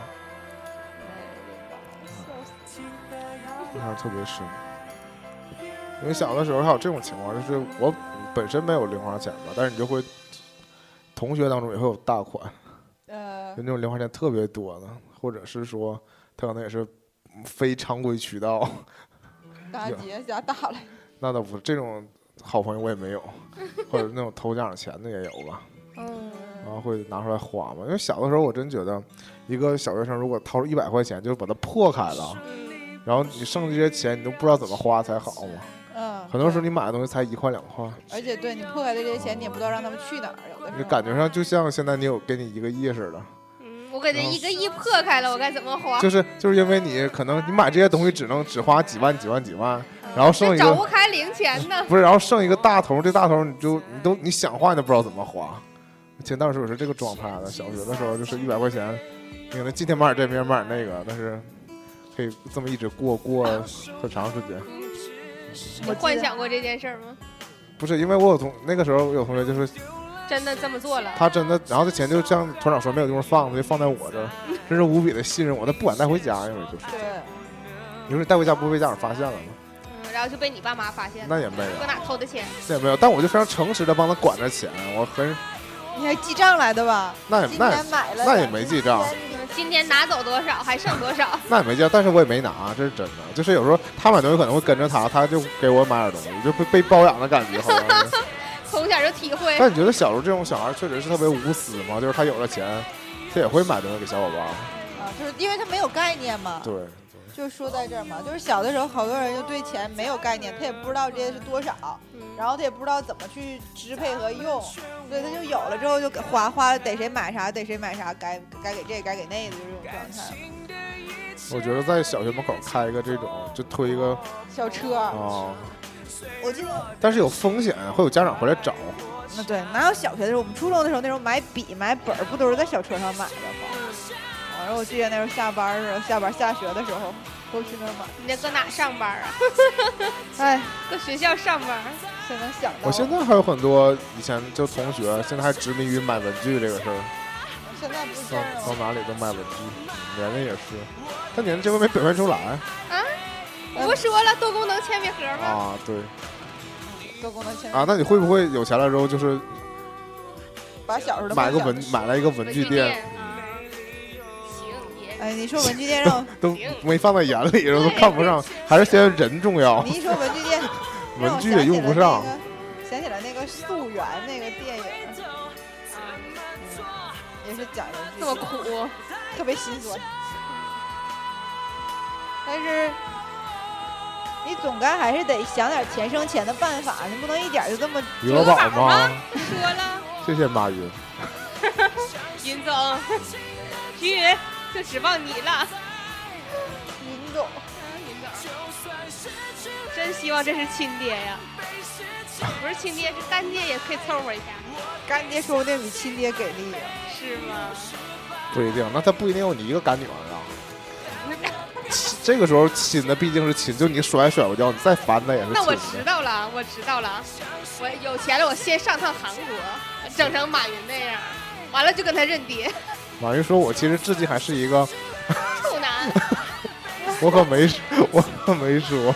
印象特别深，因为小的时候还有这种情况，就是我本身没有零花钱嘛，但是你就会同学当中也会有大款，就那种零花钱特别多的，或者是说他可能也是。非常规渠道， 大姐家大了， 那倒不是，这种好朋友我也没有，或者那种偷家长钱的也有吧，然后会拿出来花嘛。因为小的时候我真觉得，一个小学生如果掏出100块钱，就是把它破开了，然后你剩这些钱你都不知道怎么花才好嘛。很多时候你买的东西才1块2块， 而且对你破开的这些钱，你也不知道让他们去哪儿，有的时候你感觉上就像现在你有给你1个亿似的。 我感觉1个亿破开了，我该怎么花？ 就是因为你可能你买这些东西只花几万，然后剩一个找不开零钱呢。 不是，然后剩一个大头，这大头你想花你都不知道怎么花。前段时间我是这个状态的，小学的时候就是100块钱，你可能今天买点这，明天买点那个，但是可以这么一直过很长时间。 你幻想过这件事吗？ 不是，因为我那个时候有同学就是。 真的这么做了， 他真的，然后这钱就像团长说没有地方放，就放在我这儿，真是无比的信任我，他不敢带回家，因为就是，你说你带回家不会被家长发现了吗？ 然后就被你爸妈发现了， 那也没有， 搁哪偷的钱？ 那也没有，但我就非常诚实的帮他管着钱， 你还记账来的吧？ 那也没记账。 今天拿走多少，还剩多少？ 那也没记账，但是我也没拿，这是真的。就是有时候他买东西可能会跟着他就给我买点东西，就被包养的感觉，好像是。 从小就体会。 但你觉得小时候这种小孩确实是特别无私吗？就是他有了钱，他也会买东西给小伙伴。 就是因为他没有概念嘛。 对。 就说在这儿嘛，就是小的时候，好多人就对钱没有概念，他也不知道这些是多少，然后他也不知道怎么去支配和用，所以他就有了之后就花逮谁买啥，该给这该给那的，就是这种状态。 我觉得在小学门口开一个这种，就推一个小车啊。 我记得， 但是有风险，会有家长回来找。 那对，哪有小学的时候？我们初中的时候，那时候买笔、买本不都是在小车上买的吗？ 然后我记得那时候下班下学的时候都去那儿买。 你搁哪上班啊？ 哎， 搁学校上班。 谁能想到？ 我现在还有很多以前就同学，现在还执迷于买文具这个事儿。 现在不是这样了， 到哪里都买文具，年年也是。但年这回没表现出来啊？ 我不说了，多功能铅笔盒吗？ 啊，对。 多功能铅笔啊，那你会不会有钱了之后就是把小时候的买了一个文具店？ 哎，你说文具店让都没放在眼里，然后都看不上，还是嫌人重要。 你一说文具店， 文具也用不上。 想起来那个溯源那个电影，也是讲文具， 这么苦， 特别心酸。但是你总该还是得想点钱生钱的办法，你不能一点就这么。 余额宝吗？ 说了。 谢谢马云。 云总，徐云就指望你了。 云总， 真希望这是亲爹呀！不是亲爹，是干爹也可以凑合一下。 干爹说不定比亲爹给力呀。 是吗？ 不一定，那他不一定有你一个干女儿啊。这个时候亲的毕竟是亲，就你甩不掉，你再烦他也是亲的。 那我知道了，我有钱了，我先上趟韩国，整成马云那样，完了就跟他认爹。 马云说：“我其实至今还是一个处男。” 我可没说。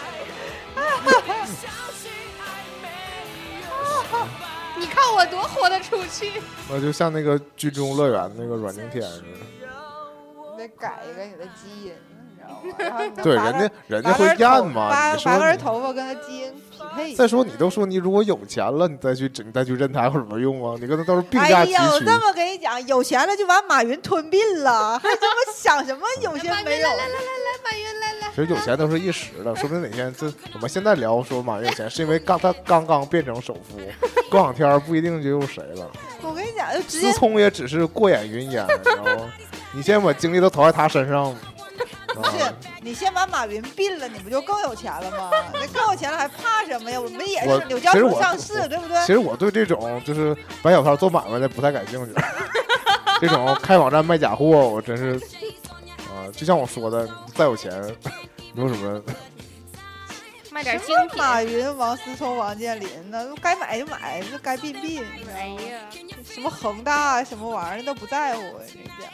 你看我多活得出去。 那就像那个《剧中乐园》那个阮经天似的。 你得改一个你的基因。 对，人家会验嘛？ 拔根头发跟他基因匹配。 再说你都说你如果有钱了，你再去认他有什么用啊？你跟他都是并驾齐驱。 哎呀，我这么跟你讲，有钱了就把马云吞并了，还这么想什么有钱没有？ 来，马云来。 其实有钱都是一时的，说不定哪天我们现在聊说马云有钱，是因为他刚变成首富，过两天不一定就有谁了。 我跟你讲，就直接思聪也只是过眼云烟，然后你现在把精力都投在他身上。 不是，你先把马云并了，你不就更有钱了吗？那更有钱了还怕什么呀？我们也是纽交所上市，对不对？ 其实我对这种就是白小摊做买卖的不太感兴趣。这种开网站卖假货，我真是就像我说的，再有钱，没有什么。 卖点精品。 马云、王思聪、王健林呢？该买就买，就该并。 哎呀， 什么恒大什么玩意儿都不在乎，我跟你讲。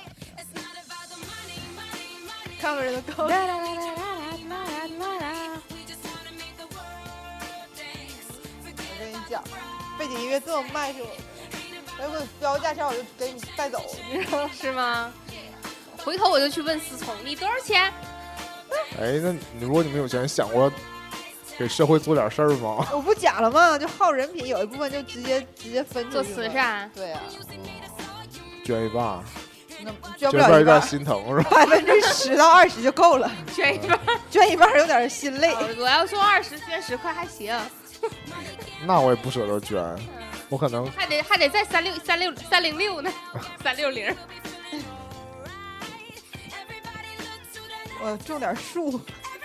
看不着都够。我跟你讲，背景音乐这么卖是我，要不标价钱我就给你带走，你知道是吗？回头我就去问思聪，你多少钱？ 哎，那如果你们有钱，想过给社会做点事儿吗？ 我不讲了吗？就耗人品，有一部分就直接分做慈善。 对呀、 捐一半。 捐不了有点心疼是吧 ？10%到20%就够了。 捐一半， 捐一半有点心累。 我要做20，捐10块还行。 那我也不舍得捐，我可能还得再306呢，360。 我种点树。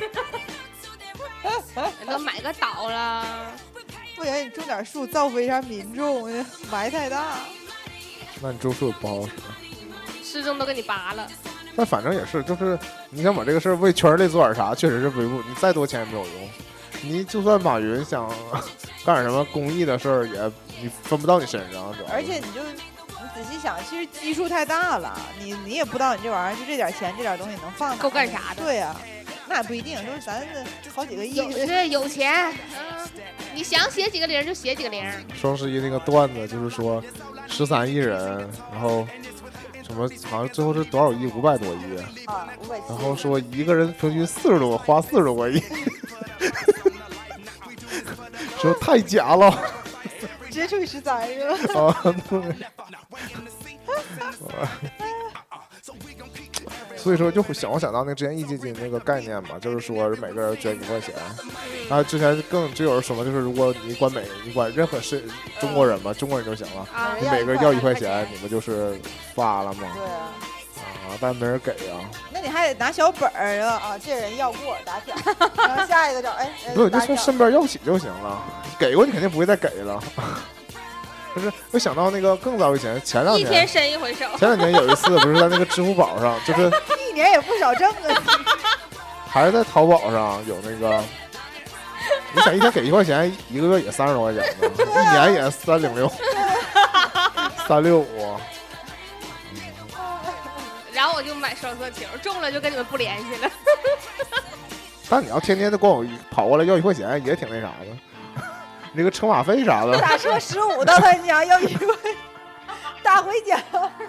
都买个岛了。 不行，你种点树，造福一下民众，埋太大。 那你种树也不好使。 失踪都给你拔了， 但反正也是，就是你想把这个事儿为圈内做点啥，确实是维护。你再多钱也没有用。你就算马云想干点什么公益的事儿，你分不到你身上。 而且你仔细想，其实基数太大了，你也不知道你这玩意儿就这点钱这点东西能放够干啥的。 对呀、那也不一定，就是咱这好几个亿。 有钱，你想写几个零就写几个零。 双11那个段子就是说13亿人，然后。什么？好像最后是多少亿？500多亿啊！570。 然后说一个人平均花40多个亿，说太假了。 直接除以13是吧？ 啊，对。所以说就想到那之前壹基金那个概念嘛，就是说每个人捐1块钱。然后之前就有人说嘛，就是如果你管任何是中国人嘛，中国人就行了，你每个人要1块钱，你们就是发了嘛。 对啊。 但没人给啊。 那你还得拿小本儿啊，这人要过打票，然后下一个找不是，就从身边要起就行了，给过你肯定不会再给了。 不是，我想到那个更早以前，前2年一天伸一回手。 前2年有一次不是在那个支付宝上，就是一年也不少挣啊。 还是在淘宝上有那个，你想一天给1块钱，1个月也30多块钱呢，一年也306、365。 然后我就买双色球，中了就跟你们不联系了。 但你要天天的光我跑过来要1块钱，也挺那啥的。那个车马费啥的， 打车15到他家要1块，打回家。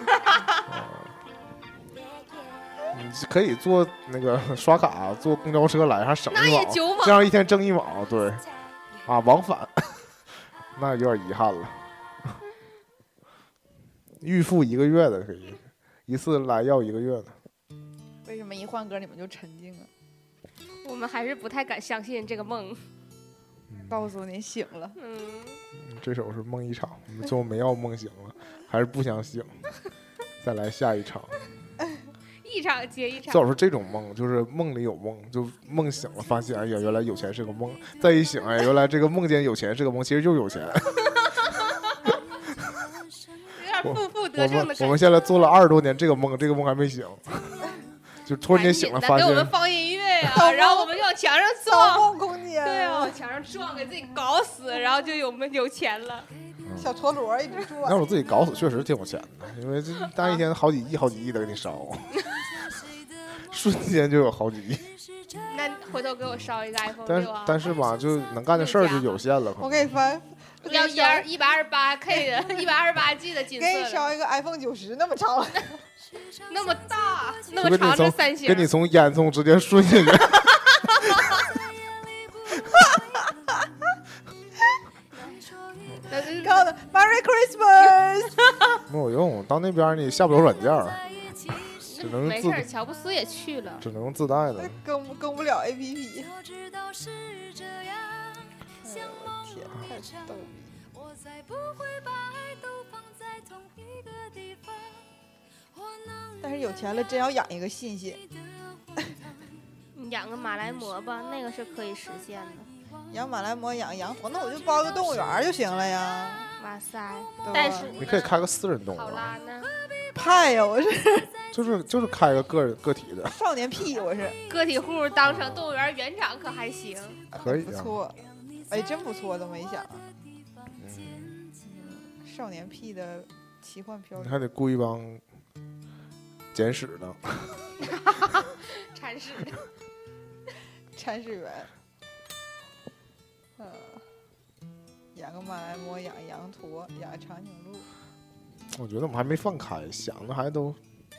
你可以坐那个刷卡坐公交车来，还省1毛，这样一天挣1毛，对，啊，往返，那有点遗憾了。预付1个月的可以，一次来要1个月的。 为什么一换歌你们就沉静了？ 我们还是不太敢相信这个梦。 告诉你醒了。 这首是梦一场，我们最后没要梦醒了，还是不想醒，再来下一场。 一场接一场。 最好是这种梦，就是梦里有梦，就梦醒了发现，哎呀，原来有钱是个梦，再一醒，哎，原来这个梦见有钱是个梦，其实就是有钱。 有点负负得正的感觉。 我们现在做了20多年这个梦，这个梦还没醒，就突然间醒了，发现给我们放音乐呀，然后我们就往墙上撞， 梦空间。 对啊，往墙上撞，给自己搞死，然后就有钱了。 小陀螺一直转。 要我自己搞死，确实挺有钱的，因为这单一天好几亿的给你烧，瞬间就有好几亿。 那回头给我烧一个 iPhone 6啊！ 但是吧，就能干的事儿就有限了。 我给你翻， 要128K 的128G 的金色的。 给你烧一个 iPhone 90那么长， 那么大，那么长的3星， 给你从烟囱直接顺下去。 告诉 Merry Christmas。 没有用，到那边你下不了软件，只能没事，乔布斯也去了， 只能自带的， 更不了 APP。哎呦我天，太逗了！但是有钱了，真要养一个信信。 你养个马来貘吧，那个是可以实现的。 养马来貘，养羊驼，那我就包个动物园就行了呀。 哇塞，袋鼠， 你可以开个私人动物园。 好啦呢， 派呀，我是。 就是开个个体的。 少年屁，我是。 个体户当成动物园园长可还行？ 可以， 不错。哎，真不错，都没想。少年屁的奇幻漂流。 你还得雇一帮捡屎的。 铲屎的。 铲屎员。养个马来貘，养羊驼，养长颈鹿。 我觉得我们还没放开，想的还都。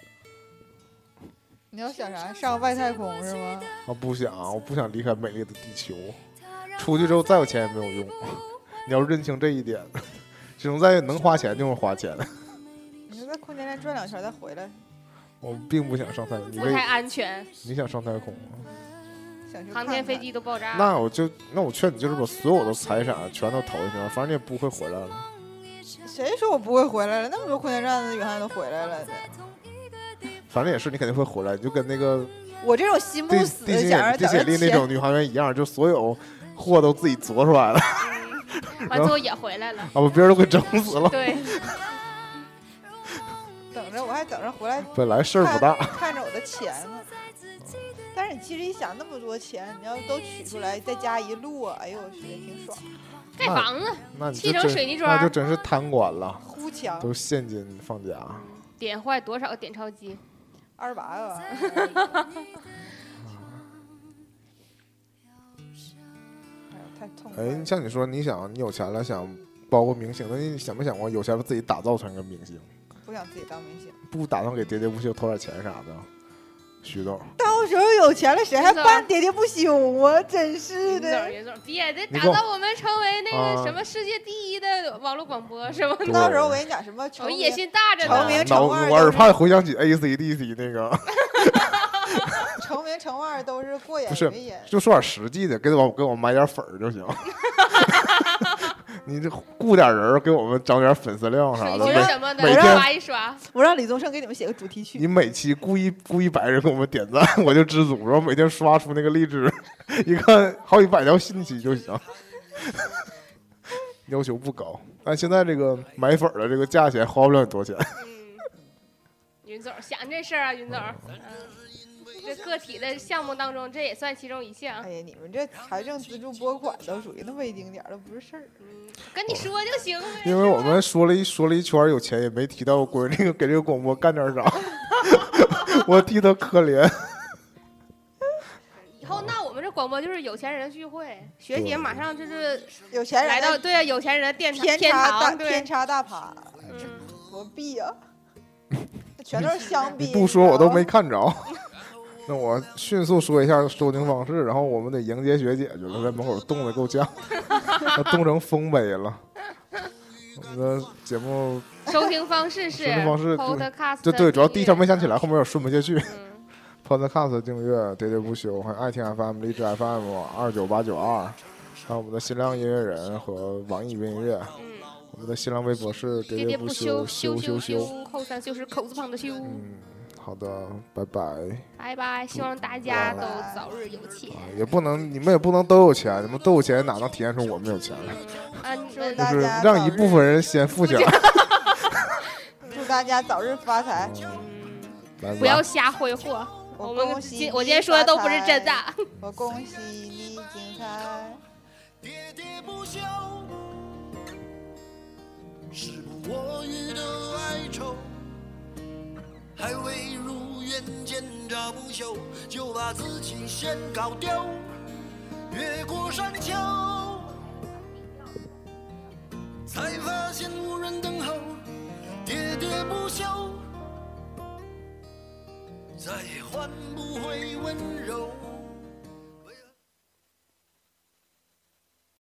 你要想啥？上外太空是吗？ 我不想，我不想离开美丽的地球。出去之后再有钱也没有用，你要认清这一点。只能在能花钱的地方花钱。 你就在空间站转2圈再回来。 我并不想上太空， 不太安全。 你想上太空吗？ 航天飞机都爆炸。 那我劝你就是把所有的财产全都投进去，反正你也不会回来了。 谁说我不会回来了？那么多空间站的远航都回来了的。 反正也是，你肯定会回来，你就跟那个我这种心不死的想着地铁里那种女航员一样，就所有货都自己琢出来了， 完最后也回来了， 啊，把别人都给整死了。 对。 等着，我还等着回来。 本来事儿不大， 看着我的钱呢。但是你其实一想，那么多钱，你要都取出来，再加一路，哎呦我去，也挺爽。 盖房子， 那砌成水泥砖， 那就真是贪官了。 糊墙， 都现金放家。 点坏多少个点钞机 ？28个。太痛苦了。 哎，像你说，你有钱了，想包个明星，那你想没想过有钱了自己打造成一个明星？ 不想自己当明星。 不打算给喋喋不休投点钱啥的？徐豆， 到时候有钱了，谁还办喋喋不休啊？真是的。 别得打造我们成为那个什么世界第一的网络广播，是吗？ 到时候我跟你讲什么， 我野心大着呢。 成名成腕， 我耳畔回想起 AC/DC 那个。 成名成腕都是过眼云烟。 就说点实际的，给我买点粉就行。你这雇点人给我们涨点粉丝量啥的，每天刷一刷。 我让李宗盛给你们写个主题曲。 你每期雇100人给我们点赞，我就知足。然后每天刷出那个励志，一看好几百条信息就行。要求不高。 按现在这个买粉的这个价钱，花不了多少钱。 云总想这事儿啊，云总，这个体的项目当中，这也算其中一项。 哎呀，你们这财政资助拨款都属于那么一丁点儿，都不是事儿。 跟你说就行了。 因为我们说了一圈有钱，也没提到我闺女给这个广播干点啥，我替她可怜。 以后那我们这广播就是有钱人聚会，学姐马上就是有钱人来到对啊有钱人的天差大趴，何必呀？全都是香槟。 你不说我都没看着。那我迅速说一下收听方式，然后我们得迎接学姐去了，在门口冻得够呛，她冻成丰碑了。我们的节目收听方式是 Podcast， 对，主要第一条没想起来，后面有顺不下去。Podcast 订阅喋喋不休，还有爱听 FM、荔枝 FM29892，还有我们的新浪音乐人和网易云音乐。我们的新浪微博是喋喋不休休， 后三休是口字旁的休。 好的，拜拜， 希望大家都早日有钱。 也不能，你们也不能都有钱，你们都有钱哪能体现出我们有钱来？就是让一部分人先富起来。 祝大家早日发财， 不要瞎挥霍。我今天说的都不是真的。 我恭喜你精彩。 喋喋不休，时不我予的哀愁。还未如愿见着不朽，就把自己先搞丢。越过山丘，才发现无人等候。喋喋不休，再也换不回温柔。